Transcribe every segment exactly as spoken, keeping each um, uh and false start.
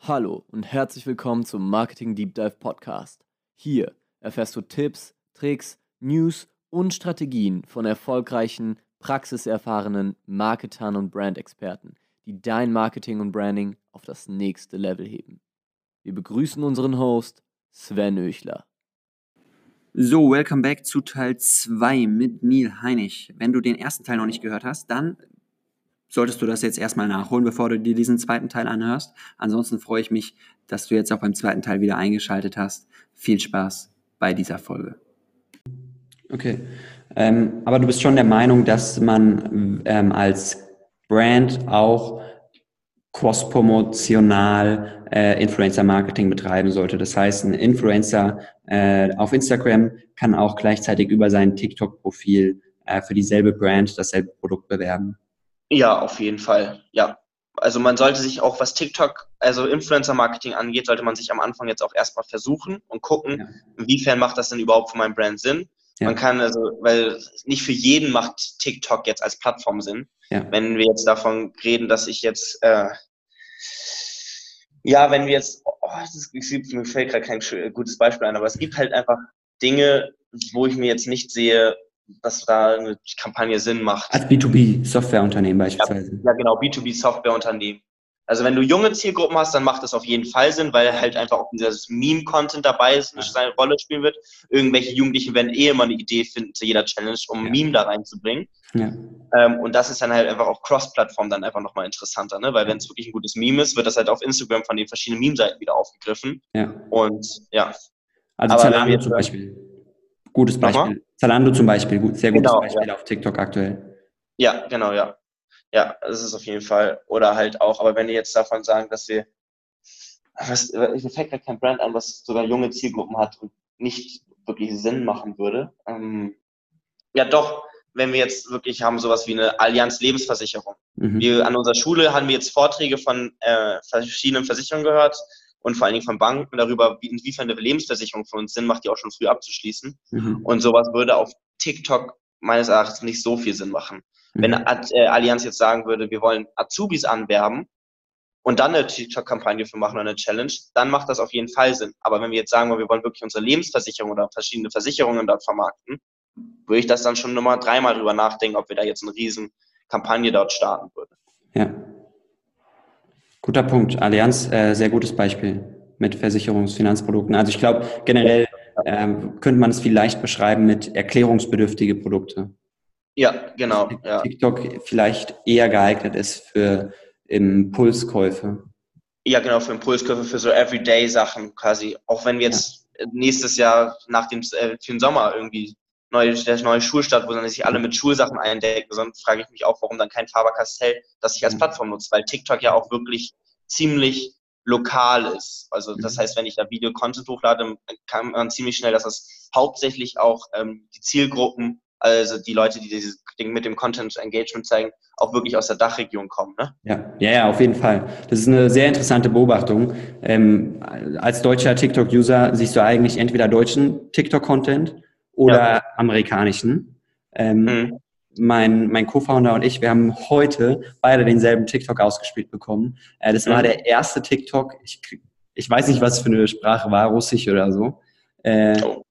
Hallo und herzlich willkommen zum Marketing Deep Dive Podcast. Hier erfährst du Tipps, Tricks, News und Strategien von erfolgreichen, praxiserfahrenen Marketern und Brandexperten, die dein Marketing und Branding auf das nächste Level heben. Wir begrüßen unseren Host Sven Oechler. So, welcome back zu Teil zwei mit Neil Heinig. Wenn du den ersten Teil noch nicht gehört hast, dann solltest du das jetzt erstmal nachholen, bevor du dir diesen zweiten Teil anhörst. Ansonsten freue ich mich, dass du jetzt auch beim zweiten Teil wieder eingeschaltet hast. Viel Spaß bei dieser Folge. Okay, ähm, aber du bist schon der Meinung, dass man ähm, als Brand auch cross-promotional äh, Influencer-Marketing betreiben sollte. Das heißt, ein Influencer äh, auf Instagram kann auch gleichzeitig über sein TikTok-Profil äh, für dieselbe Brand dasselbe Produkt bewerben. Ja, auf jeden Fall, ja. Also man sollte sich auch, was TikTok, also Influencer-Marketing angeht, sollte man sich am Anfang jetzt auch erstmal versuchen und gucken, ja. Inwiefern macht das denn überhaupt für meinen Brand Sinn. Ja. Man kann also, weil nicht für jeden macht TikTok jetzt als Plattform Sinn. Ja. Wenn wir jetzt davon reden, dass ich jetzt, äh, ja, wenn wir jetzt, oh, das ist, mir fällt gerade kein gutes Beispiel ein, aber es gibt halt einfach Dinge, wo ich mir jetzt nicht sehe, dass da eine Kampagne Sinn macht. Als B zwei B-Softwareunternehmen beispielsweise. Ja, ja, genau, B zwei B-Softwareunternehmen. Also wenn du junge Zielgruppen hast, dann macht das auf jeden Fall Sinn, weil halt einfach auch dieses Meme-Content dabei ist, eine seine Rolle spielen wird. Irgendwelche Jugendlichen werden eh immer eine Idee finden zu jeder Challenge, um ein ja. Meme da reinzubringen. Ja. Ähm, und das ist dann halt einfach auch Cross-Plattform dann einfach nochmal interessanter, ne? Weil wenn es wirklich ein gutes Meme ist, wird das halt auf Instagram von den verschiedenen Meme-Seiten wieder aufgegriffen. Ja. Und ja. Also Zalando zum Beispiel. Gutes Beispiel. Nochmal? Zalando zum Beispiel, gut, sehr gutes genau, Beispiel ja. auf TikTok aktuell. Ja, genau, ja. Ja, das ist auf jeden Fall. Oder halt auch, aber wenn wir jetzt davon sagen, dass wir, was, mir fällt gerade kein Brand an, was sogar junge Zielgruppen hat und nicht wirklich Sinn machen würde. Ähm, ja doch, wenn wir jetzt wirklich haben sowas wie eine Allianz Lebensversicherung. Mhm. Wir an unserer Schule haben wir jetzt Vorträge von äh, verschiedenen Versicherungen gehört und vor allen Dingen von Banken darüber, wie, inwiefern eine Lebensversicherung für uns Sinn macht, die auch schon früh abzuschließen. Mhm. Und sowas würde auf TikTok meines Erachtens nicht so viel Sinn machen. Mhm. Wenn äh, Allianz jetzt sagen würde, wir wollen Azubis anwerben und dann eine TikTok-Kampagne für machen oder eine Challenge, dann macht das auf jeden Fall Sinn. Aber wenn wir jetzt sagen, wir wollen wirklich unsere Lebensversicherung oder verschiedene Versicherungen dort vermarkten, würde ich das dann schon nochmal dreimal drüber nachdenken, ob wir da jetzt eine riesen Kampagne dort starten würden. Ja. Guter Punkt. Allianz, äh, sehr gutes Beispiel mit Versicherungsfinanzprodukten. Also ich glaube, generell ähm, könnte man es vielleicht beschreiben mit erklärungsbedürftige Produkte. Ja, genau. Dass ja. TikTok vielleicht eher geeignet ist für Impulskäufe. Ja, genau, für Impulskäufe, für so Everyday-Sachen quasi. Auch wenn wir jetzt ja. nächstes Jahr nach dem äh, für den Sommer irgendwie neue, der neue Schulstart, wo dann sich alle mit Schulsachen eindecken, sonst frage ich mich auch, warum dann kein Faber-Castell das sich als Plattform nutzt, weil TikTok ja auch wirklich ziemlich lokal ist. Also das heißt, wenn ich da Video-Content hochlade, kann man ziemlich schnell, dass das hauptsächlich auch ähm, die Zielgruppen, also die Leute, die dieses Ding mit dem Content-Engagement zeigen, auch wirklich aus der Dachregion kommen, ne? Ja, ja, ja, auf jeden Fall. Das ist eine sehr interessante Beobachtung. Ähm, als deutscher TikTok-User siehst du eigentlich entweder deutschen TikTok-Content oder ja. amerikanischen. Ähm, mhm. Mein, mein Co-Founder und ich, wir haben heute beide denselben TikTok ausgespielt bekommen. Äh, das mhm. war der erste TikTok, ich, ich weiß nicht, was für eine Sprache war, Russisch oder so. Äh, oh.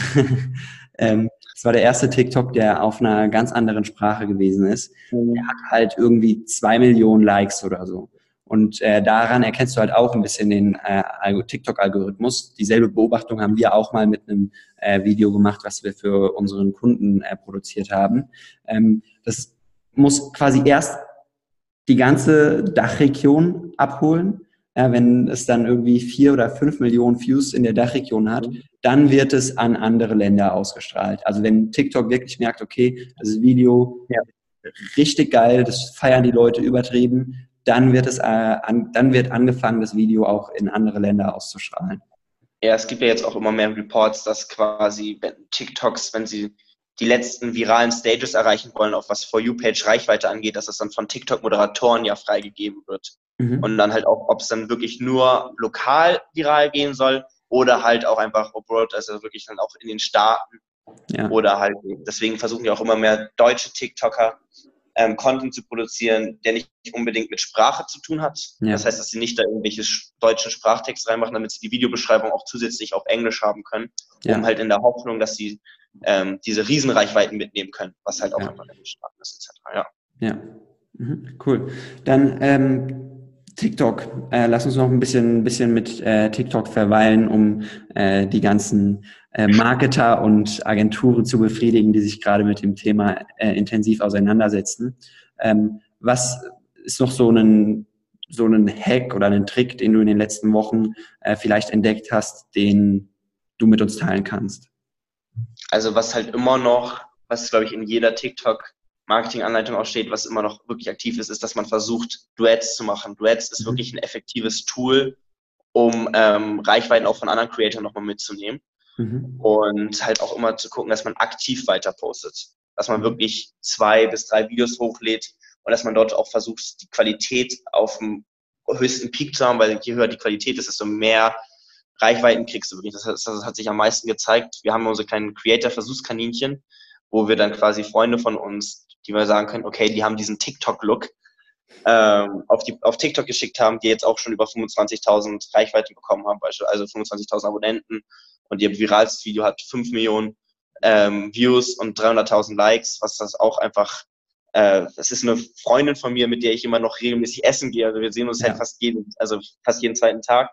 ähm, das war der erste TikTok, der auf einer ganz anderen Sprache gewesen ist. Mhm. Der hat halt irgendwie zwei Millionen Likes oder so. Und äh, daran erkennst du halt auch ein bisschen den äh, TikTok-Algorithmus. Dieselbe Beobachtung haben wir auch mal mit einem äh, Video gemacht, was wir für unseren Kunden äh, produziert haben. Ähm, das muss quasi erst die ganze Dachregion abholen. Ja, wenn es dann irgendwie vier oder fünf Millionen Views in der Dachregion hat, dann wird es an andere Länder ausgestrahlt. Also wenn TikTok wirklich merkt, okay, das Video ja, richtig geil, das feiern die Leute übertrieben, dann wird es äh, an, dann wird angefangen, das Video auch in andere Länder auszustrahlen. Ja, es gibt ja jetzt auch immer mehr Reports, dass quasi wenn TikToks, wenn sie die letzten viralen Stages erreichen wollen, auf was For You-Page Reichweite angeht, dass das dann von TikTok-Moderatoren ja freigegeben wird. Mhm. Und dann halt auch, ob es dann wirklich nur lokal viral gehen soll oder halt auch einfach abroad, also wirklich dann auch in den Staaten. Ja. Oder halt, deswegen versuchen ja auch immer mehr deutsche TikToker ähm, Content zu produzieren, der nicht unbedingt mit Sprache zu tun hat. Ja. Das heißt, dass sie nicht da irgendwelche deutschen Sprachtexte reinmachen, damit sie die Videobeschreibung auch zusätzlich auf Englisch haben können, Ja. um halt in der Hoffnung, dass sie ähm, diese Riesenreichweiten mitnehmen können, was halt auch Ja. einfach Englisch ist, et cetera. Ja. Ja, mhm. Cool. Dann ähm, TikTok. Äh, lass uns noch ein bisschen, ein bisschen mit äh, TikTok verweilen, um äh, die ganzen äh, Marketer und Agenturen zu befriedigen, die sich gerade mit dem Thema äh, intensiv auseinandersetzen. Ähm, was ist noch so ein, so ein Hack oder ein Trick, den du in den letzten Wochen äh, vielleicht entdeckt hast, den du mit uns teilen kannst? Also was halt immer noch, was glaube ich in jeder TikTok Marketinganleitung auch steht, was immer noch wirklich aktiv ist, ist, dass man versucht, Duets zu machen. Duets ist mhm. wirklich ein effektives Tool, um ähm, Reichweiten auch von anderen Creatoren nochmal mitzunehmen. Mhm. Und halt auch immer zu gucken, dass man aktiv weiter postet. Dass man wirklich zwei bis drei Videos hochlädt und dass man dort auch versucht, die Qualität auf dem höchsten Peak zu haben, weil je höher die Qualität ist, desto mehr Reichweiten kriegst du wirklich. Das, das, das hat sich am meisten gezeigt. Wir haben unsere kleinen Creator-Versuchskaninchen, wo wir dann quasi Freunde von uns, die wir sagen können, okay, die haben diesen TikTok-Look, ähm, auf, die, auf TikTok geschickt haben, die jetzt auch schon über fünfundzwanzigtausend Reichweite bekommen haben, also fünfundzwanzigtausend Abonnenten, und ihr virales Video hat fünf Millionen ähm, Views und dreihunderttausend Likes, was das auch einfach, äh, das ist eine Freundin von mir, mit der ich immer noch regelmäßig essen gehe, also wir sehen uns ja. halt fast jeden, also fast jeden zweiten Tag.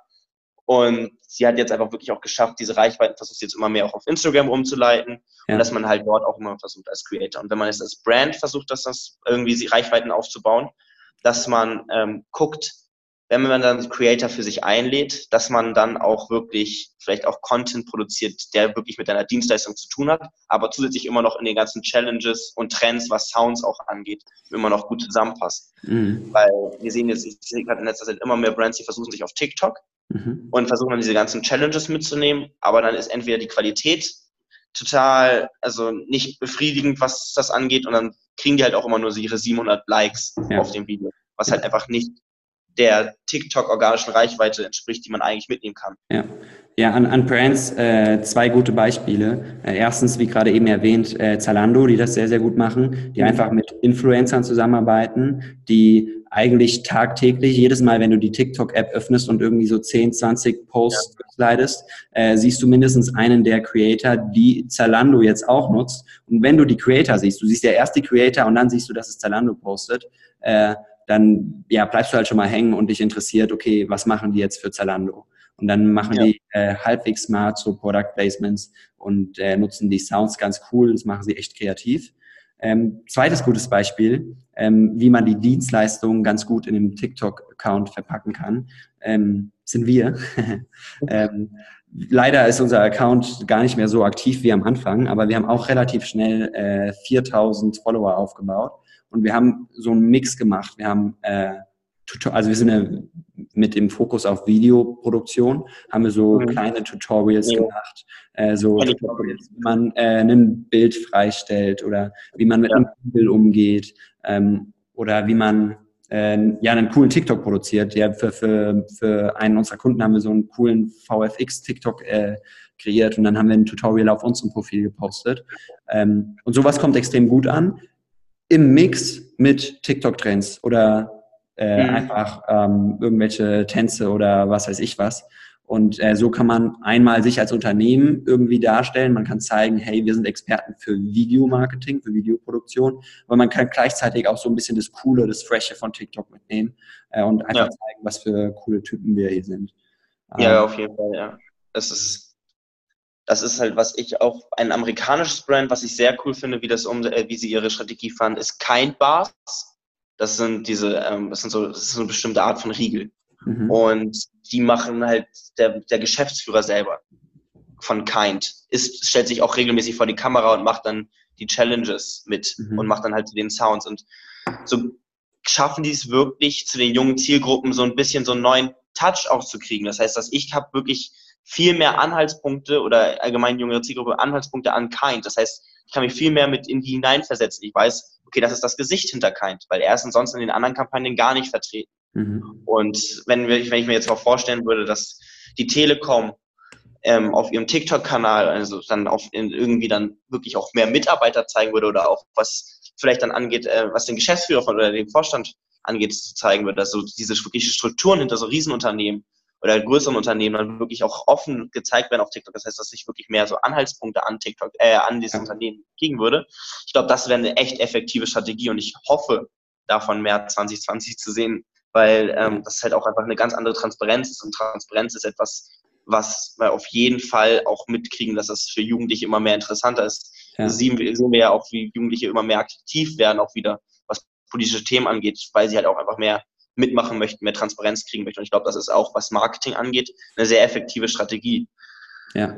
Und sie hat jetzt einfach wirklich auch geschafft, diese Reichweiten versucht sie jetzt immer mehr auch auf Instagram umzuleiten ja. und dass man halt dort auch immer versucht als Creator. Und wenn man jetzt als Brand versucht, dass das irgendwie die Reichweiten aufzubauen, dass man ähm, guckt, wenn man dann Creator für sich einlädt, dass man dann auch wirklich vielleicht auch Content produziert, der wirklich mit deiner Dienstleistung zu tun hat, aber zusätzlich immer noch in den ganzen Challenges und Trends, was Sounds auch angeht, immer noch gut zusammenpasst. Mhm. Weil wir sehen jetzt, ich sehe gerade in letzter Zeit immer mehr Brands, die versuchen sich auf TikTok mhm. und versuchen dann diese ganzen Challenges mitzunehmen, aber dann ist entweder die Qualität total, also nicht befriedigend, was das angeht, und dann kriegen die halt auch immer nur ihre siebenhundert Likes ja. auf dem Video, was halt einfach nicht der TikTok-organischen Reichweite entspricht, die man eigentlich mitnehmen kann. Ja, ja an, an Brands äh, zwei gute Beispiele. Äh, erstens, wie gerade eben erwähnt, äh, Zalando, die das sehr, sehr gut machen, die mhm. einfach mit Influencern zusammenarbeiten, die eigentlich tagtäglich, jedes Mal, wenn du die TikTok-App öffnest und irgendwie so zehn, zwanzig Posts ja. slidest, äh, siehst du mindestens einen der Creator, die Zalando jetzt auch nutzt. Und wenn du die Creator siehst, du siehst ja erst die Creator und dann siehst du, dass es Zalando postet, äh, dann ja, bleibst du halt schon mal hängen und dich interessiert, okay, was machen die jetzt für Zalando? Und dann machen ja. die äh, halbwegs smart so Product Placements und äh, nutzen die Sounds ganz cool, das machen sie echt kreativ. Ähm, zweites gutes Beispiel, ähm, wie man die Dienstleistungen ganz gut in einem TikTok-Account verpacken kann, ähm, sind wir. ähm, leider ist unser Account gar nicht mehr so aktiv wie am Anfang, aber wir haben auch relativ schnell äh, viertausend Follower aufgebaut. Und wir haben so einen Mix gemacht. Wir haben, äh, also wir sind eine, mit dem Fokus auf Videoproduktion, haben wir so mhm. kleine Tutorials ja. gemacht, äh, so Tutorials, wie man äh, ein Bild freistellt oder wie man mit ja. einem Bild umgeht ähm, oder wie man äh, ja einen coolen TikTok produziert. Ja, für, für, für einen unserer Kunden haben wir so einen coolen V F X-TikTok äh, kreiert und dann haben wir ein Tutorial auf unserem Profil gepostet. Ähm, und sowas kommt extrem gut an. Im Mix mit TikTok-Trends oder äh, mhm. einfach ähm, irgendwelche Tänze oder was weiß ich was. Und äh, so kann man einmal sich als Unternehmen irgendwie darstellen. Man kann zeigen, hey, wir sind Experten für Videomarketing, für Videoproduktion. Aber man kann gleichzeitig auch so ein bisschen das Coole, das Freshe von TikTok mitnehmen äh, und einfach ja. zeigen, was für coole Typen wir hier sind. Ja, ähm, auf jeden Fall, ja. Das ist Das ist halt, was ich auch, ein amerikanisches Brand, was ich sehr cool finde, wie das um, äh, wie sie ihre Strategie fahren, ist Kind Bars. Das sind diese, ähm, das sind so, das ist so eine bestimmte Art von Riegel. Mhm. Und die machen halt der, der Geschäftsführer selber von Kind. Ist, stellt sich auch regelmäßig vor die Kamera und macht dann die Challenges mit mhm. und macht dann halt den Sounds. Und so schaffen die es wirklich, zu den jungen Zielgruppen so ein bisschen so einen neuen Touch auch zu kriegen. Das heißt, dass ich habe wirklich viel mehr Anhaltspunkte oder allgemein jüngere Zielgruppe Anhaltspunkte an Kind. Das heißt, ich kann mich viel mehr mit in die hineinversetzen. Ich weiß, okay, das ist das Gesicht hinter Kind, weil er ist ansonsten in den anderen Kampagnen gar nicht vertreten. Mhm. Und wenn, wir, wenn ich mir jetzt mal vorstellen würde, dass die Telekom ähm, auf ihrem TikTok-Kanal, also dann auf in, irgendwie dann wirklich auch mehr Mitarbeiter zeigen würde oder auch was vielleicht dann angeht, äh, was den Geschäftsführer von oder den Vorstand angeht, zu zeigen wird. Also diese wirklich Strukturen hinter so Riesenunternehmen oder größeren Unternehmen dann wirklich auch offen gezeigt werden auf TikTok. Das heißt, dass ich wirklich mehr so Anhaltspunkte an TikTok, äh, an dieses Ja. Unternehmen kriegen würde. Ich glaube, das wäre eine echt effektive Strategie und ich hoffe, davon mehr zwanzig zwanzig zu sehen, weil ähm, das halt auch einfach eine ganz andere Transparenz ist und Transparenz ist etwas, was wir auf jeden Fall auch mitkriegen, dass das für Jugendliche immer mehr interessanter ist. Ja. Sehen, wir, sehen wir ja auch, wie Jugendliche immer mehr aktiv werden, auch wieder, was politische Themen angeht, weil sie halt auch einfach mehr mitmachen möchten, mehr Transparenz kriegen möchten. Und ich glaube, das ist auch, was Marketing angeht, eine sehr effektive Strategie. Ja.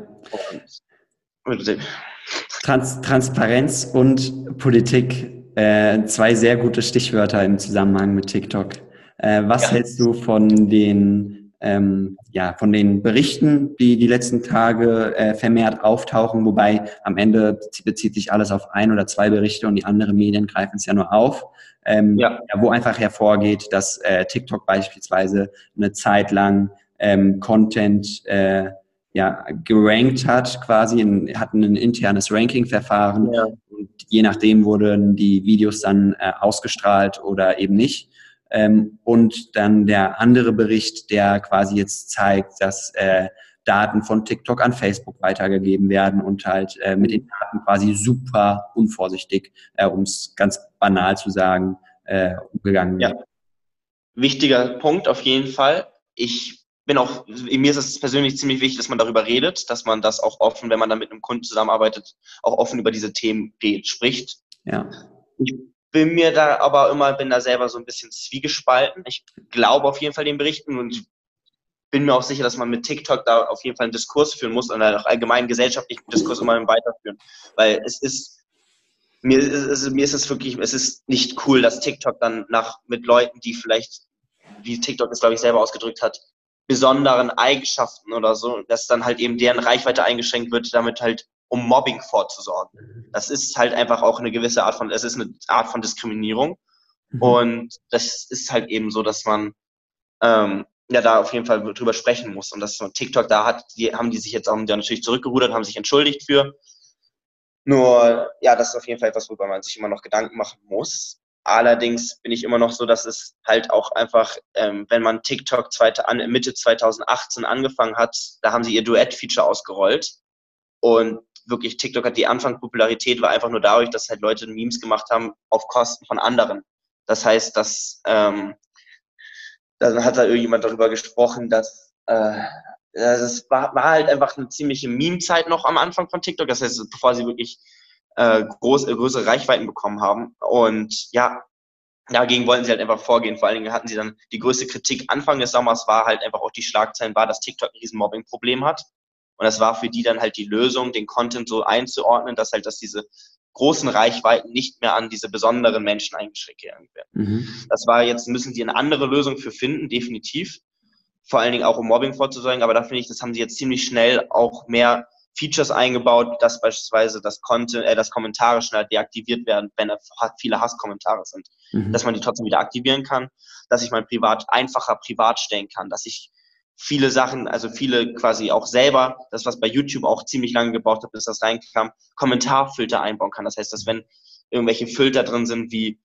Und, Trans Transparenz und Politik, äh, zwei sehr gute Stichwörter im Zusammenhang mit TikTok. Äh, was Ja. hältst du von den, ähm, ja, von den Berichten, die die letzten Tage äh, vermehrt auftauchen, wobei am Ende bezieht sich alles auf ein oder zwei Berichte und die anderen Medien greifen es ja nur auf, ähm, Ja. ja, wo einfach hervorgeht, dass äh, TikTok beispielsweise eine Zeit lang ähm, Content äh, ja, gerankt hat, quasi, in, hatten ein internes Ranking-Verfahren Ja. und je nachdem wurden die Videos dann äh, ausgestrahlt oder eben nicht. Ähm, und dann der andere Bericht, der quasi jetzt zeigt, dass äh, Daten von TikTok an Facebook weitergegeben werden und halt äh, mit den Daten quasi super unvorsichtig, äh, um es ganz banal zu sagen, äh, umgegangen wird. Ja. Wichtiger Punkt auf jeden Fall. Ich bin auch, mir ist es persönlich ziemlich wichtig, dass man darüber redet, dass man das auch offen, wenn man dann mit einem Kunden zusammenarbeitet, auch offen über diese Themen redet, spricht. Ja. Ich bin mir da aber immer, bin da selber so ein bisschen zwiegespalten. Ich glaube auf jeden Fall den Berichten und bin mir auch sicher, dass man mit TikTok da auf jeden Fall einen Diskurs führen muss und auch allgemein gesellschaftlichen Diskurs immer weiterführen. Weil es ist, mir ist es, mir ist es wirklich, es ist nicht cool, dass TikTok dann nach, mit Leuten, die vielleicht, wie TikTok es, glaube ich, selber ausgedrückt hat, besonderen Eigenschaften oder so, dass dann halt eben deren Reichweite eingeschränkt wird, damit halt um Mobbing vorzusorgen. Das ist halt einfach auch eine gewisse Art von, es ist eine Art von Diskriminierung. Mhm. Und das ist halt eben so, dass man ähm, ja da auf jeden Fall drüber sprechen muss. Und dass man TikTok da hat, die haben die sich jetzt auch natürlich zurückgerudert, haben sich entschuldigt für. Nur, ja, das ist auf jeden Fall etwas, worüber man sich immer noch Gedanken machen muss. Allerdings bin ich immer noch so, dass es halt auch einfach, ähm, wenn man TikTok zweite, an, Mitte zwanzig achtzehn angefangen hat, da haben sie ihr Duett-Feature ausgerollt. Und wirklich, TikTok hat die Anfangspopularität war einfach nur dadurch, dass halt Leute Memes gemacht haben auf Kosten von anderen. Das heißt, dass ähm, dann hat da irgendjemand darüber gesprochen, dass äh, es war, war halt einfach eine ziemliche Meme-Zeit noch am Anfang von TikTok. Das heißt, bevor sie wirklich äh, groß, äh, größere Reichweiten bekommen haben. Und ja, dagegen wollten sie halt einfach vorgehen. Vor allen Dingen hatten sie dann die größte Kritik Anfang des Sommers war halt einfach auch die Schlagzeilen war, dass TikTok ein riesen Mobbing-Problem hat. Und das war für die dann halt die Lösung, den Content so einzuordnen, dass halt, dass diese großen Reichweiten nicht mehr an diese besonderen Menschen eingeschränkt werden. Mhm. Das war jetzt, müssen sie eine andere Lösung für finden, definitiv. Vor allen Dingen auch um Mobbing vorzusorgen, aber da finde ich, das haben sie jetzt ziemlich schnell auch mehr Features eingebaut, dass beispielsweise das, Content, äh, das Kommentare schnell deaktiviert werden, wenn viele Hasskommentare sind. Mhm. Dass man die trotzdem wieder aktivieren kann, dass ich mein Privat einfacher privat stellen kann, dass ich viele Sachen, also viele quasi auch selber, das was bei YouTube auch ziemlich lange gebraucht hat, bis das reinkam, Kommentarfilter einbauen kann. Das heißt, dass wenn irgendwelche Filter drin sind wie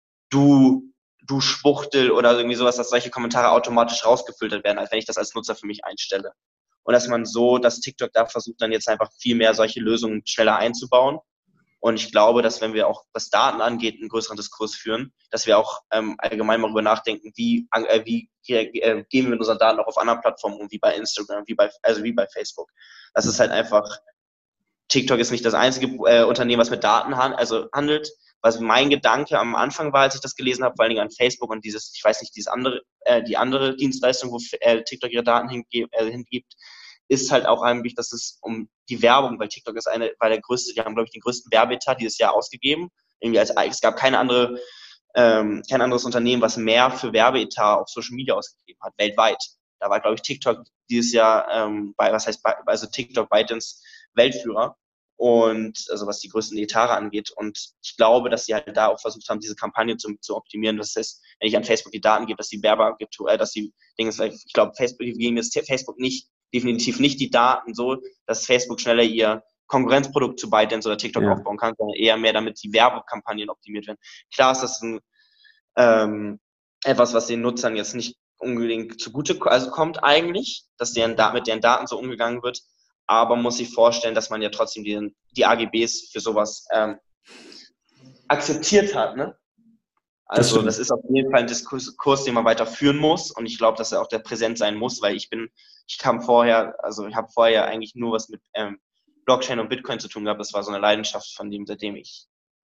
du, du Spuchtel oder irgendwie sowas, dass solche Kommentare automatisch rausgefiltert werden, als wenn ich das als Nutzer für mich einstelle. Und dass man so, dass TikTok da versucht, dann jetzt einfach viel mehr solche Lösungen schneller einzubauen. Und ich glaube, dass wenn wir auch, was Daten angeht, einen größeren Diskurs führen, dass wir auch ähm, allgemein mal darüber nachdenken, wie, äh, wie äh, gehen wir mit unseren Daten auch auf anderen Plattformen um, wie bei Instagram, wie bei, also wie bei Facebook. Das ist halt einfach, TikTok ist nicht das einzige äh, Unternehmen, was mit Daten han- also handelt. Was mein Gedanke am Anfang war, als ich das gelesen habe, vor allen Dingen an Facebook und dieses, ich weiß nicht, dieses andere, äh, die andere Dienstleistung, wo äh, TikTok ihre Daten hinge- äh, hingibt, ist halt auch eigentlich, dass es um die Werbung, weil TikTok ist eine, weil der größte, die haben, glaube ich, den größten Werbeetat dieses Jahr ausgegeben. Irgendwie als, es gab keine andere, ähm, kein anderes Unternehmen, was mehr für Werbeetat auf Social Media ausgegeben hat, weltweit. Da war, glaube ich, TikTok dieses Jahr, ähm, bei, was heißt, bei, also TikTok ByteDance Weltführer. Und also was die größten Etate angeht. Und ich glaube, dass sie halt da auch versucht haben, diese Kampagne zu, zu optimieren. Das heißt, wenn ich an Facebook die Daten gebe, dass die Werbeagentur, äh, dass die Dinge, ich glaube, Facebook gegen das Facebook nicht, definitiv nicht die Daten so, dass Facebook schneller ihr Konkurrenzprodukt zu ByteDance oder TikTok Ja. aufbauen kannst, sondern eher mehr, damit die Werbekampagnen optimiert werden. Klar ist das ein, ähm, etwas, was den Nutzern jetzt nicht unbedingt zugute also kommt eigentlich, dass deren, mit deren Daten so umgegangen wird, aber man muss sich vorstellen, dass man ja trotzdem die, die A G Bs für sowas ähm, akzeptiert hat, ne? Also das, das ist auf jeden Fall ein Diskurs, Kurs, den man weiter führen muss, und ich glaube, dass er auch der präsent sein muss, weil ich bin, ich kam vorher, also ich habe vorher eigentlich nur was mit ähm, Blockchain und Bitcoin zu tun gehabt. Das war so eine Leidenschaft von dem, seitdem ich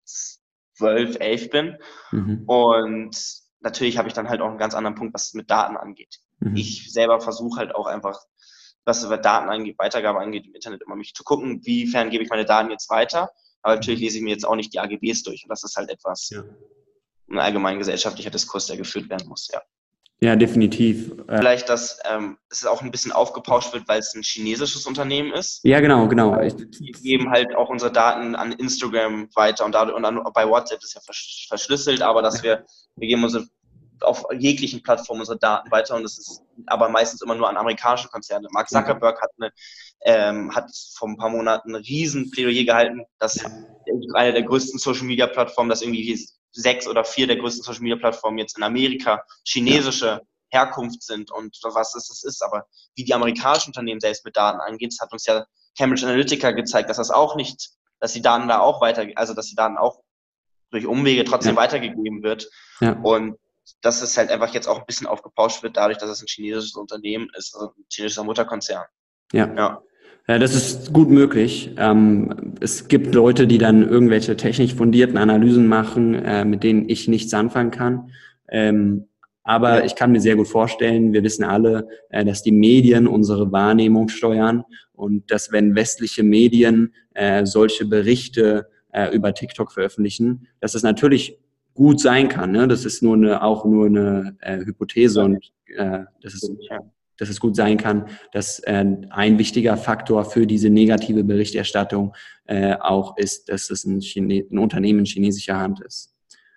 zwölf, elf bin. Mhm. Und natürlich habe ich dann halt auch einen ganz anderen Punkt, was mit Daten angeht. Mhm. Ich selber versuche halt auch einfach, was Daten angeht, Weitergabe angeht, im Internet immer mich zu gucken, wiefern gebe ich meine Daten jetzt weiter. Aber natürlich lese ich mir jetzt auch nicht die A G Bs durch, und das ist halt etwas, ja, ein allgemein gesellschaftlicher Diskurs, der geführt werden muss, ja. Ja, definitiv. Vielleicht, dass ähm, es auch ein bisschen aufgepauscht wird, weil es ein chinesisches Unternehmen ist. Ja, genau, genau. Wir geben halt auch unsere Daten an Instagram weiter, und, dadurch, und an, bei WhatsApp ist ja verschlüsselt, aber dass wir, wir geben unsere, auf jeglichen Plattformen unsere Daten weiter, und das ist aber meistens immer nur an amerikanische Konzerne. Mark Zuckerberg hat, eine, ähm, hat vor ein paar Monaten ein riesen Plädoyer gehalten, dass ja. eine der größten Social-Media-Plattformen, dass irgendwie sechs oder vier der größten Social-Media-Plattformen jetzt in Amerika chinesische ja. Herkunft sind, und was es ist, ist. Aber wie die amerikanischen Unternehmen selbst mit Daten angehen, das hat uns ja Cambridge Analytica gezeigt, dass das auch nicht, dass die Daten da auch weiter, also dass die Daten auch durch Umwege trotzdem ja. weitergegeben wird. Ja. Und dass es halt einfach jetzt auch ein bisschen aufgepauscht wird, dadurch, dass es ein chinesisches Unternehmen ist, also ein chinesischer Mutterkonzern. Ja. ja. Ja, das ist gut möglich. Ähm, es gibt Leute, die dann irgendwelche technisch fundierten Analysen machen, äh, mit denen ich nichts anfangen kann. Ähm, aber ja. ich kann mir sehr gut vorstellen, wir wissen alle, äh, dass die Medien unsere Wahrnehmung steuern, und dass, wenn westliche Medien äh, solche Berichte äh, über TikTok veröffentlichen, dass es natürlich gut sein kann. Ne? Das ist nur eine, auch nur eine äh, Hypothese, ja. und äh, das ist ja. dass es gut sein kann, dass äh, ein wichtiger Faktor für diese negative Berichterstattung äh, auch ist, dass es ein, Chine- ein Unternehmen in chinesischer Hand ist.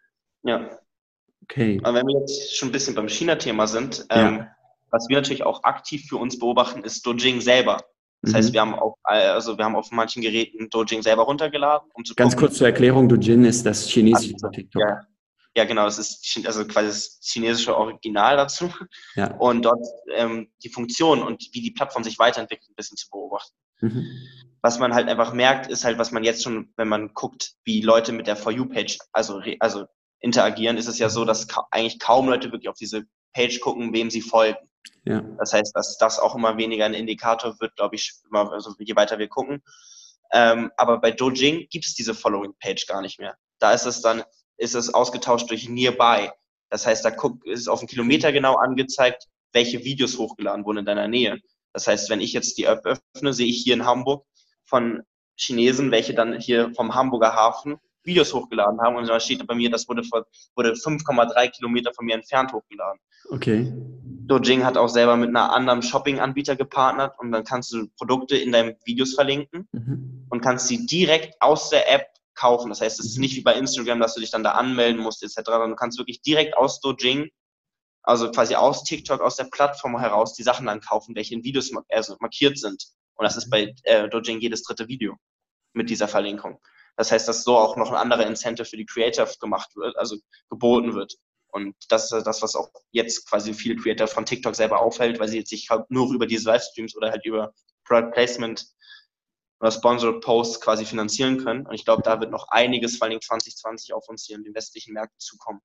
Ja. Okay. Aber wenn wir jetzt schon ein bisschen beim China-Thema sind, ähm, ja. was wir natürlich auch aktiv für uns beobachten, ist Douyin selber. Das mhm. heißt, wir haben auf, also wir haben auf manchen Geräten Douyin selber runtergeladen, um zu Ganz gucken. kurz zur Erklärung, Douyin ist das chinesische also, TikTok. Ja. Ja, genau, es ist also quasi das chinesische Original dazu. Ja. Und dort ähm, die Funktion und wie die Plattform sich weiterentwickelt, ein bisschen zu beobachten. Mhm. Was man halt einfach merkt, ist halt, was man jetzt schon, wenn man guckt, wie Leute mit der For You-Page also, also interagieren, ist es ja so, dass ka- eigentlich kaum Leute wirklich auf diese Page gucken, wem sie folgen. Ja. Das heißt, dass das auch immer weniger ein Indikator wird, glaube ich, immer, also je weiter wir gucken. Ähm, aber bei Douyin gibt es diese Following-Page gar nicht mehr. Da ist es dann ist es ausgetauscht durch Nearby. Das heißt, da guck, ist es auf einen Kilometer genau angezeigt, welche Videos hochgeladen wurden in deiner Nähe. Das heißt, wenn ich jetzt die App öffne, sehe ich hier in Hamburg von Chinesen, welche dann hier vom Hamburger Hafen Videos hochgeladen haben. Und da steht bei mir, das wurde, wurde fünf Komma drei Kilometer von mir entfernt hochgeladen. Okay. Douyin hat auch selber mit einer anderen Shopping-Anbieter gepartnert, und dann kannst du Produkte in deinen Videos verlinken mhm. und kannst sie direkt aus der App kaufen. Das heißt, es ist nicht wie bei Instagram, dass du dich dann da anmelden musst, et cetera, sondern du kannst wirklich direkt aus Douyin, also quasi aus TikTok, aus der Plattform heraus, die Sachen dann kaufen, welche in Videos also markiert sind. Und das ist bei äh, Douyin jedes dritte Video mit dieser Verlinkung. Das heißt, dass so auch noch ein anderer Incentive für die Creator gemacht wird, also geboten wird. Und das ist das, was auch jetzt quasi viele Creator von TikTok selber aufhält, weil sie jetzt sich halt nur über diese Livestreams oder halt über Product Placement oder Sponsored Posts quasi finanzieren können. Und ich glaube, da wird noch einiges, vor allem zwanzig zwanzig, auf uns hier in den westlichen Märkten zukommen.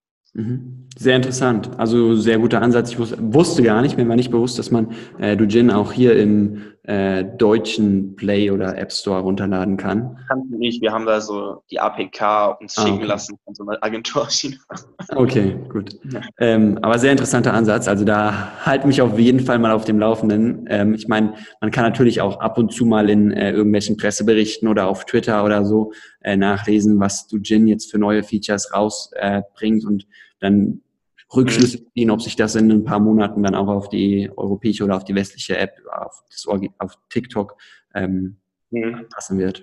Sehr interessant, also sehr guter Ansatz. Ich wusste, wusste gar nicht, mir war nicht bewusst, dass man äh, Douyin auch hier im äh, deutschen Play oder App Store runterladen kann. Kannst du nicht, wir haben da so die A P K uns ah, schicken okay. lassen von so einer Agentur aus China. Okay, gut. Ja. Ähm, aber sehr interessanter Ansatz, also da halt mich auf jeden Fall mal auf dem Laufenden. Ähm, ich meine, man kann natürlich auch ab und zu mal in äh, irgendwelchen Presseberichten oder auf Twitter oder so äh, nachlesen, was Douyin jetzt für neue Features rausbringt äh, und dann Rückschlüsse ziehen, ob sich das in ein paar Monaten dann auch auf die europäische oder auf die westliche App, auf, das, auf TikTok ähm, mhm. passen wird.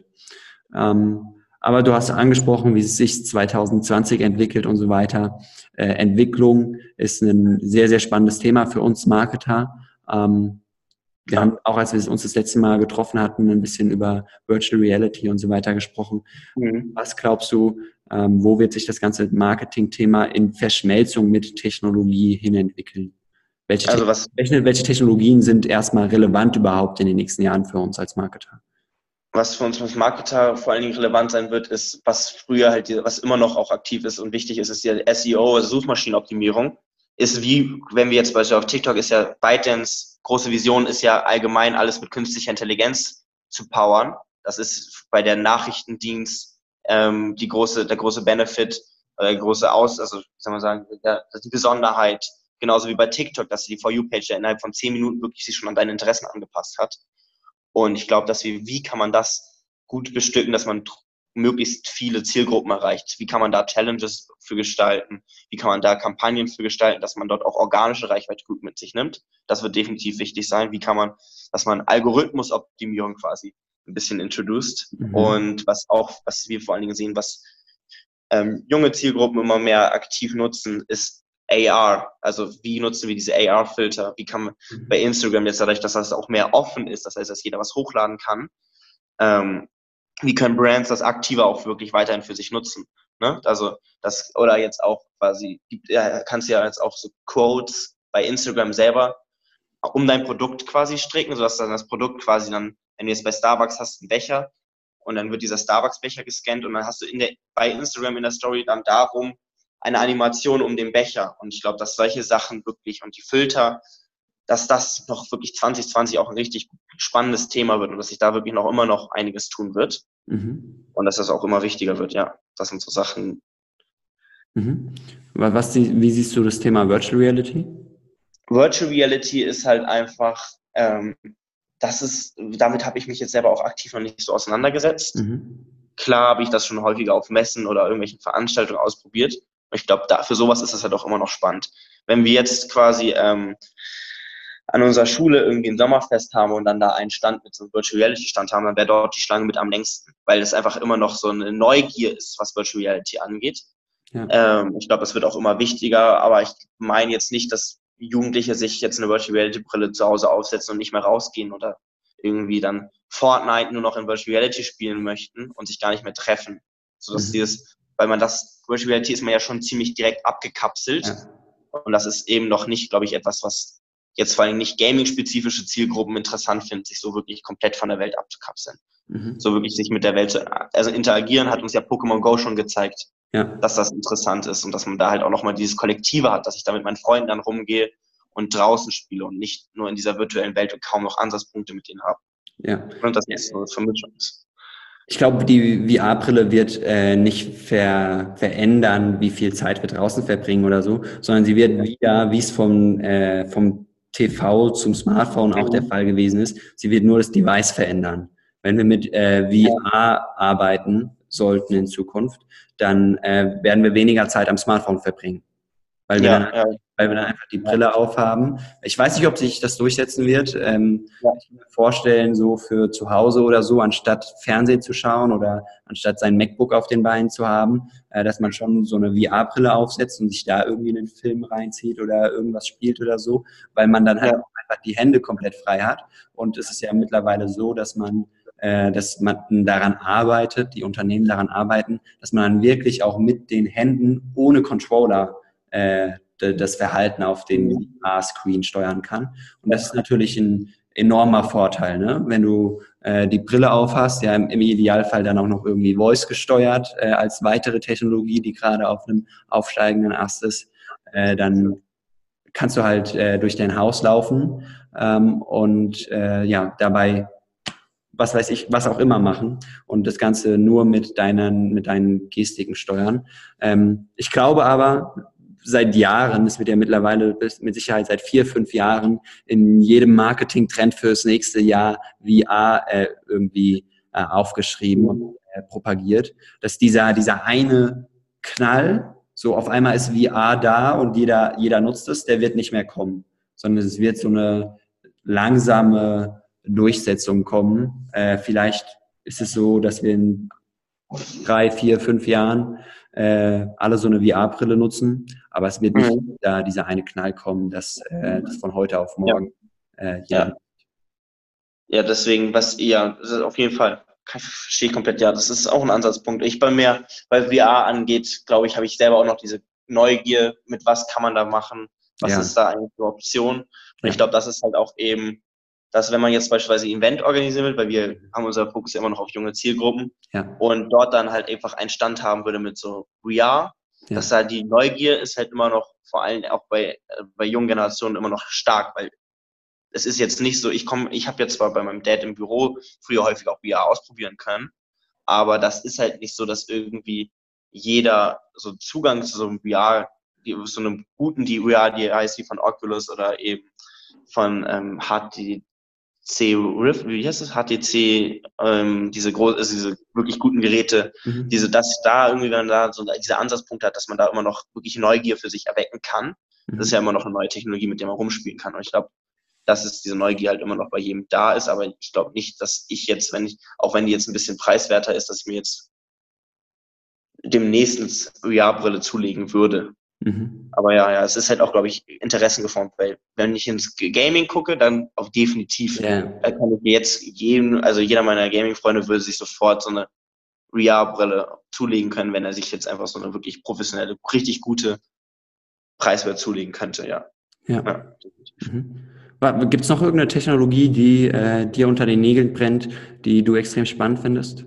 Ähm, aber du hast angesprochen, wie es sich zwanzig zwanzig entwickelt und so weiter. Äh, Entwicklung ist ein sehr, sehr spannendes Thema für uns Marketer. Ähm, Wir haben auch, als wir uns das letzte Mal getroffen hatten, ein bisschen über Virtual Reality und so weiter gesprochen. Mhm. Was glaubst du, ähm, wo wird sich das ganze Marketing-Thema in Verschmelzung mit Technologie hinentwickeln? Welche, Also Te- was, welche, welche Technologien sind erstmal relevant überhaupt in den nächsten Jahren für uns als Marketer? was für uns als Marketer vor allen Dingen relevant sein wird, ist, was früher halt, die, was immer noch auch aktiv ist und wichtig ist, ist die S E O, also Suchmaschinenoptimierung. Ist wie, wenn wir jetzt beispielsweise auf TikTok ist ja ByteDance, große Vision ist ja allgemein alles mit künstlicher Intelligenz zu powern. Das ist bei der Nachrichtendienst ähm, die große, der große Benefit, äh, große Aus, also wie soll man sagen, der, die Besonderheit, genauso wie bei TikTok, dass die For You-Page ja innerhalb von zehn Minuten wirklich sich schon an deine Interessen angepasst hat. Und ich glaube, dass wir, wie kann man das gut bestücken, dass man möglichst viele Zielgruppen erreicht? Wie kann man da Challenges für gestalten? Wie kann man da Kampagnen für gestalten, dass man dort auch organische Reichweite gut mit sich nimmt? Das wird definitiv wichtig sein. Wie kann man, dass man Algorithmusoptimierung quasi ein bisschen introduced? Mhm. Und was auch, was wir vor allen Dingen sehen, was ähm, junge Zielgruppen immer mehr aktiv nutzen, ist A R, also wie nutzen wir diese A R-Filter? Wie kann man bei Instagram jetzt dadurch, dass das auch mehr offen ist, das heißt, dass jeder was hochladen kann, ähm, wie können Brands das aktiver auch wirklich weiterhin für sich nutzen? Ne? Also das, oder jetzt auch quasi, ja, kannst du ja jetzt auch so Quotes bei Instagram selber um dein Produkt quasi stricken, sodass dann das Produkt quasi dann, wenn du jetzt bei Starbucks hast, einen Becher und dann wird dieser Starbucks-Becher gescannt und dann hast du in der, bei Instagram in der Story dann darum eine Animation um den Becher. Und ich glaube, dass solche Sachen wirklich und die Filter, dass das noch wirklich zwanzig zwanzig auch ein richtig spannendes Thema wird und dass sich da wirklich noch immer noch einiges tun wird. Mhm. Und dass das auch immer wichtiger wird, ja. Das sind so Sachen. Mhm. Was, wie siehst du das Thema Virtual Reality? Virtual Reality ist halt einfach, ähm, das ist, damit habe ich mich jetzt selber auch aktiv noch nicht so auseinandergesetzt. Mhm. Klar habe ich das schon häufiger auf Messen oder irgendwelchen Veranstaltungen ausprobiert. Ich glaube, da, für sowas ist es halt auch immer noch spannend. Wenn wir jetzt quasi ähm, an unserer Schule irgendwie ein Sommerfest haben und dann da einen Stand mit so einem Virtual Reality Stand haben, dann wäre dort die Schlange mit am längsten, weil es einfach immer noch so eine Neugier ist, was Virtual Reality angeht. Ja. Ähm, ich glaube, das wird auch immer wichtiger, aber ich meine jetzt nicht, dass Jugendliche sich jetzt eine Virtual Reality Brille zu Hause aufsetzen und nicht mehr rausgehen oder irgendwie dann Fortnite nur noch in Virtual Reality spielen möchten und sich gar nicht mehr treffen. So dass mhm. dieses, weil man das, Virtual Reality ist man ja schon ziemlich direkt abgekapselt. Ja. Und das ist eben noch nicht, glaube ich, etwas, was jetzt vor allem nicht gaming-spezifische Zielgruppen interessant finden, sich so wirklich komplett von der Welt abzukapseln. Mhm. So wirklich sich mit der Welt zu, also interagieren hat uns ja Pokémon Go schon gezeigt, ja. dass das interessant ist und dass man da halt auch nochmal dieses Kollektive hat, dass ich da mit meinen Freunden dann rumgehe und draußen spiele und nicht nur in dieser virtuellen Welt und kaum noch Ansatzpunkte mit denen habe. Ja. Und das ist so eine Vermischung. Ich glaube, die V R-Brille wird äh, nicht ver verändern, wie viel Zeit wir draußen verbringen oder so, sondern sie wird wieder, wie es vom, äh, vom T V zum Smartphone auch der Fall gewesen ist, sie wird nur das Device verändern. Wenn wir mit äh, V R arbeiten sollten in Zukunft, dann äh, werden wir weniger Zeit am Smartphone verbringen. Weil wir, ja, dann, ja. weil wir dann einfach die Brille aufhaben. Ich weiß nicht, ob sich das durchsetzen wird. Ähm, ja. Ich kann mir vorstellen, so für zu Hause oder so, anstatt Fernsehen zu schauen oder anstatt sein MacBook auf den Beinen zu haben, äh, dass man schon so eine V R-Brille aufsetzt und sich da irgendwie einen Film reinzieht oder irgendwas spielt oder so, weil man dann halt ja. auch einfach die Hände komplett frei hat. Und es ist ja mittlerweile so, dass man äh, dass man daran arbeitet, die Unternehmen daran arbeiten, dass man dann wirklich auch mit den Händen ohne Controller äh, das Verhalten auf den V R-Screen steuern kann. Und das ist natürlich ein enormer Vorteil, ne? Wenn du äh, die Brille aufhast, ja im, im Idealfall dann auch noch irgendwie Voice gesteuert äh, als weitere Technologie, die gerade auf einem aufsteigenden Ast ist, äh, dann kannst du halt äh, durch dein Haus laufen ähm, und äh, ja dabei was weiß ich, was auch immer machen und das Ganze nur mit deinen, mit deinen Gestiken steuern. Ähm, ich glaube aber, seit Jahren, es wird ja mittlerweile mit Sicherheit seit vier, fünf Jahren in jedem Marketing-Trend fürs nächste Jahr V R äh, irgendwie äh, aufgeschrieben und äh, propagiert, dass dieser, dieser eine Knall, so auf einmal ist V R da und jeder, jeder nutzt es, der wird nicht mehr kommen, sondern es wird so eine langsame Durchsetzung kommen. Äh, vielleicht ist es so, dass wir in drei, vier, fünf Jahren äh, alle so eine V R-Brille nutzen, aber es wird nicht mhm. da dieser eine Knall kommen, dass äh, das von heute auf morgen äh, ja. Ja, deswegen, was, ja, das ist auf jeden Fall, kann- verstehe ich komplett, ja, das ist auch ein Ansatzpunkt. Ich bei mir, weil V R angeht, glaube ich, habe ich selber auch noch diese Neugier, mit was kann man da machen, was Ja, ist da eigentlich für Option. Und ich ja, glaube, das ist halt auch eben, dass wenn man jetzt beispielsweise ein Event organisieren will, weil wir haben unser Fokus ja immer noch auf junge Zielgruppen ja, und dort dann halt einfach einen Stand haben würde mit so V R, ja. dass da die Neugier ist halt immer noch, vor allem auch bei, äh, bei jungen Generationen immer noch stark, weil es ist jetzt nicht so, ich komme, ich habe jetzt zwar bei meinem Dad im Büro früher häufig auch V R ausprobieren können, aber das ist halt nicht so, dass irgendwie jeder so Zugang zu so einem V R, die, so einem guten die V R-Device wie von Oculus oder eben von ähm, H T C Rift, wie heißt das? H T C, ähm, diese groß, also diese wirklich guten Geräte, Mhm. diese, dass da irgendwie, wenn man da so diese Ansatzpunkte hat, dass man da immer noch wirklich Neugier für sich erwecken kann. Das ist ja Mhm. immer noch eine neue Technologie, mit der man rumspielen kann. Und ich glaube, dass es diese Neugier halt immer noch bei jedem da ist, aber ich glaube nicht, dass ich jetzt, wenn ich, auch wenn die jetzt ein bisschen preiswerter ist, dass ich mir jetzt demnächst eine V R-Brille zulegen würde. Mhm. Aber ja, ja, es ist halt auch, glaube ich, interessengeformt, weil wenn ich ins Gaming gucke, dann auch definitiv Ja. äh, kann ich mir jetzt jedem, also jeder meiner Gaming-Freunde würde sich sofort so eine V R-Brille zulegen können, wenn er sich jetzt einfach so eine wirklich professionelle, richtig gute Preiswert zulegen könnte, ja. Ja. Ja. Mhm. Gibt es noch irgendeine Technologie, die äh, dir unter den Nägeln brennt, die du extrem spannend findest?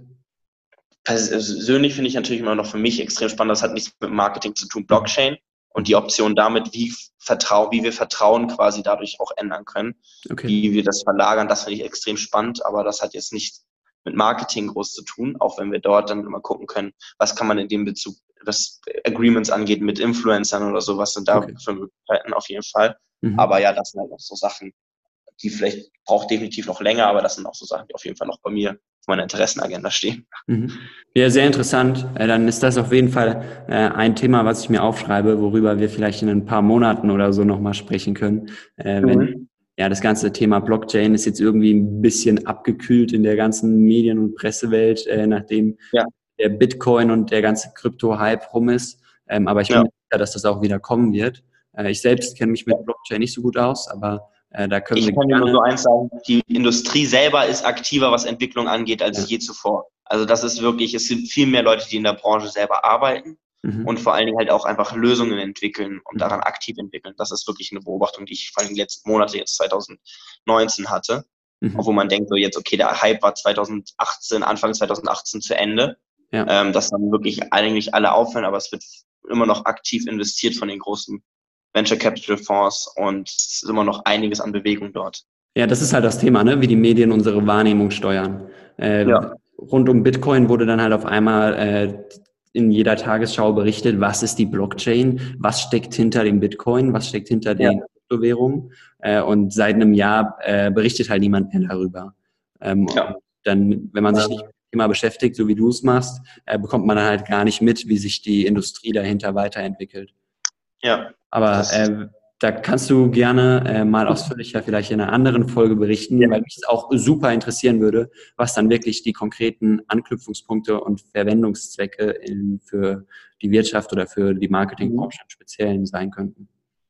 Persönlich finde ich natürlich immer noch für mich extrem spannend, das hat nichts mit Marketing zu tun, Blockchain und die Option damit, wie Vertrauen, wie wir Vertrauen quasi dadurch auch ändern können, Okay. wie wir das verlagern, das finde ich extrem spannend, aber das hat jetzt nichts mit Marketing groß zu tun, auch wenn wir dort dann immer gucken können, was kann man in dem Bezug, was Agreements angeht mit Influencern oder so, was sind da Okay. für Möglichkeiten auf jeden Fall. Mhm. Aber ja, das sind halt auch so Sachen, die vielleicht braucht definitiv noch länger, aber das sind auch so Sachen, die auf jeden Fall noch bei mir auf meiner Interessenagenda stehen. Mhm. Ja, sehr interessant. Äh, dann ist das auf jeden Fall äh, ein Thema, was ich mir aufschreibe, worüber wir vielleicht in ein paar Monaten oder so nochmal sprechen können. Äh, wenn Mhm. ja das ganze Thema Blockchain ist jetzt irgendwie ein bisschen abgekühlt in der ganzen Medien- und Pressewelt, äh, nachdem Ja, der Bitcoin und der ganze Krypto-Hype rum ist. Ähm, aber ich bin ja. mir sicher, dass das auch wieder kommen wird. Äh, ich selbst kenne mich mit Blockchain nicht so gut aus, aber äh, da können Ich wir kann dir nur gerne. so eins sagen, die Industrie selber ist aktiver, was Entwicklung angeht, als Ja. je zuvor. Also das ist wirklich, es sind viel mehr Leute, die in der Branche selber arbeiten Mhm. und vor allen Dingen halt auch einfach Lösungen entwickeln und Mhm. daran aktiv entwickeln. Das ist wirklich eine Beobachtung, die ich vor allem die letzten Monate, jetzt zwanzig neunzehn hatte. Mhm. Obwohl man denkt, so jetzt, okay, der Hype war zwanzig achtzehn, Anfang zwanzig achtzehn zu Ende, Ja. ähm, dass dann wirklich eigentlich alle aufhören, aber es wird immer noch aktiv investiert von den großen Venture Capital Fonds und es ist immer noch einiges an Bewegung dort. Ja, das ist halt das Thema, ne? Wie die Medien unsere Wahrnehmung steuern. Äh, Ja. Rund um Bitcoin wurde dann halt auf einmal äh, in jeder Tagesschau berichtet, was ist die Blockchain, was steckt hinter dem Bitcoin, was steckt hinter Ja. den Kryptowährungen. Äh, und seit einem Jahr äh, berichtet halt niemand mehr darüber. Ähm, Ja. Dann, wenn man sich nicht mit dem Thema beschäftigt, so wie du es machst, äh, bekommt man dann halt gar nicht mit, wie sich die Industrie dahinter weiterentwickelt. Ja. Aber äh, da kannst du gerne äh, mal ausführlicher vielleicht in einer anderen Folge berichten, Ja. weil mich es auch super interessieren würde, was dann wirklich die konkreten Anknüpfungspunkte und Verwendungszwecke in, für die Wirtschaft oder für die Marketingbranche im Speziellen sein könnten.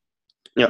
Ja.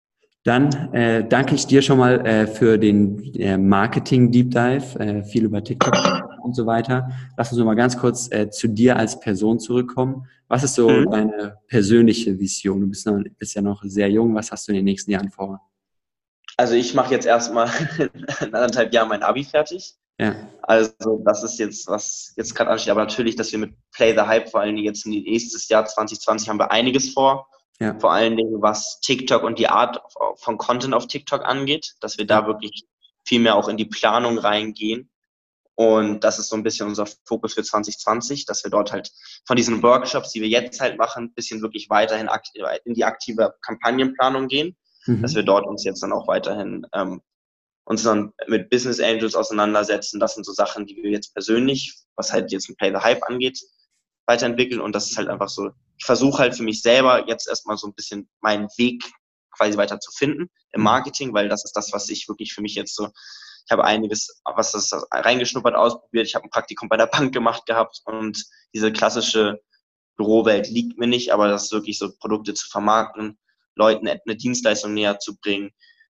Dann äh, danke ich dir schon mal äh, für den äh, Marketing-Deep Dive, äh, viel über TikTok und so weiter. Lass uns noch mal ganz kurz äh, zu dir als Person zurückkommen. Was ist so Mhm. deine persönliche Vision? Du bist, noch, bist ja noch sehr jung. Was hast du in den nächsten Jahren vor? Also ich mache jetzt erstmal in anderthalb Jahren mein Abi fertig. Ja, Also das ist jetzt, was jetzt gerade ansteht. Aber natürlich, dass wir mit Play the Hype vor allen Dingen jetzt nächstes Jahr zwanzig zwanzig haben wir einiges vor. ja, Vor allen Dingen, was TikTok und die Art von Content auf TikTok angeht, dass wir ja. da wirklich viel mehr auch in die Planung reingehen. Und das ist so ein bisschen unser Fokus für zwanzig zwanzig, dass wir dort halt von diesen Workshops, die wir jetzt halt machen, ein bisschen wirklich weiterhin in die aktive Kampagnenplanung gehen, dass wir Mhm. dort uns jetzt dann auch weiterhin ähm, uns dann mit Business Angels auseinandersetzen. Das sind so Sachen, die wir jetzt persönlich, was halt jetzt mit Play the Hype angeht, weiterentwickeln. Und das ist halt einfach so, ich versuche halt für mich selber jetzt erstmal so ein bisschen meinen Weg quasi weiter zu finden im Mhm. Marketing, weil das ist das, was ich wirklich für mich jetzt so, ich habe einiges, was das reingeschnuppert, ausprobiert. Ich habe ein Praktikum bei der Bank gemacht gehabt und diese klassische Bürowelt liegt mir nicht, aber das ist wirklich so Produkte zu vermarkten, Leuten eine Dienstleistung näher zu bringen,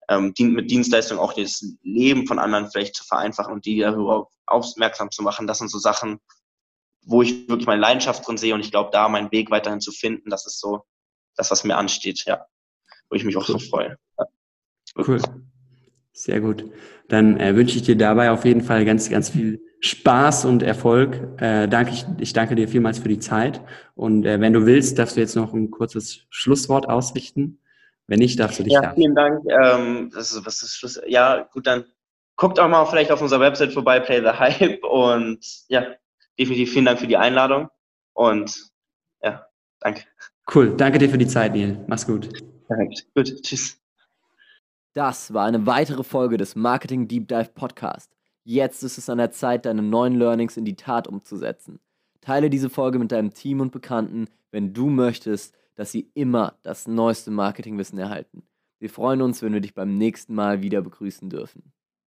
ähm, mit Dienstleistungen auch das Leben von anderen vielleicht zu vereinfachen und die darüber aufmerksam zu machen. Das sind so Sachen, wo ich wirklich meine Leidenschaft drin sehe und ich glaube, da meinen Weg weiterhin zu finden, das ist so das, was mir ansteht, ja, wo ich mich auch Cool. so freue. Ja. Cool. Sehr gut. Dann äh, wünsche ich dir dabei auf jeden Fall ganz, ganz viel Spaß und Erfolg. Äh, danke ich, ich danke dir vielmals für die Zeit. Und äh, wenn du willst, darfst du jetzt noch ein kurzes Schlusswort ausrichten. Wenn nicht, darfst du dich Ja, verabschieden. vielen Dank. Ähm, das ist, was ist Schluss? Ja, gut, dann guckt auch mal vielleicht auf unserer Website vorbei, Play the Hype. Und ja, definitiv vielen Dank für die Einladung. Und ja, danke. Cool. Danke dir für die Zeit, Neil. Mach's gut. Perfekt. Gut, tschüss. Das war eine weitere Folge des Marketing Deep Dive Podcast. Jetzt ist es an der Zeit, deine neuen Learnings in die Tat umzusetzen. Teile diese Folge mit deinem Team und Bekannten, wenn du möchtest, dass sie immer das neueste Marketingwissen erhalten. Wir freuen uns, wenn wir dich beim nächsten Mal wieder begrüßen dürfen.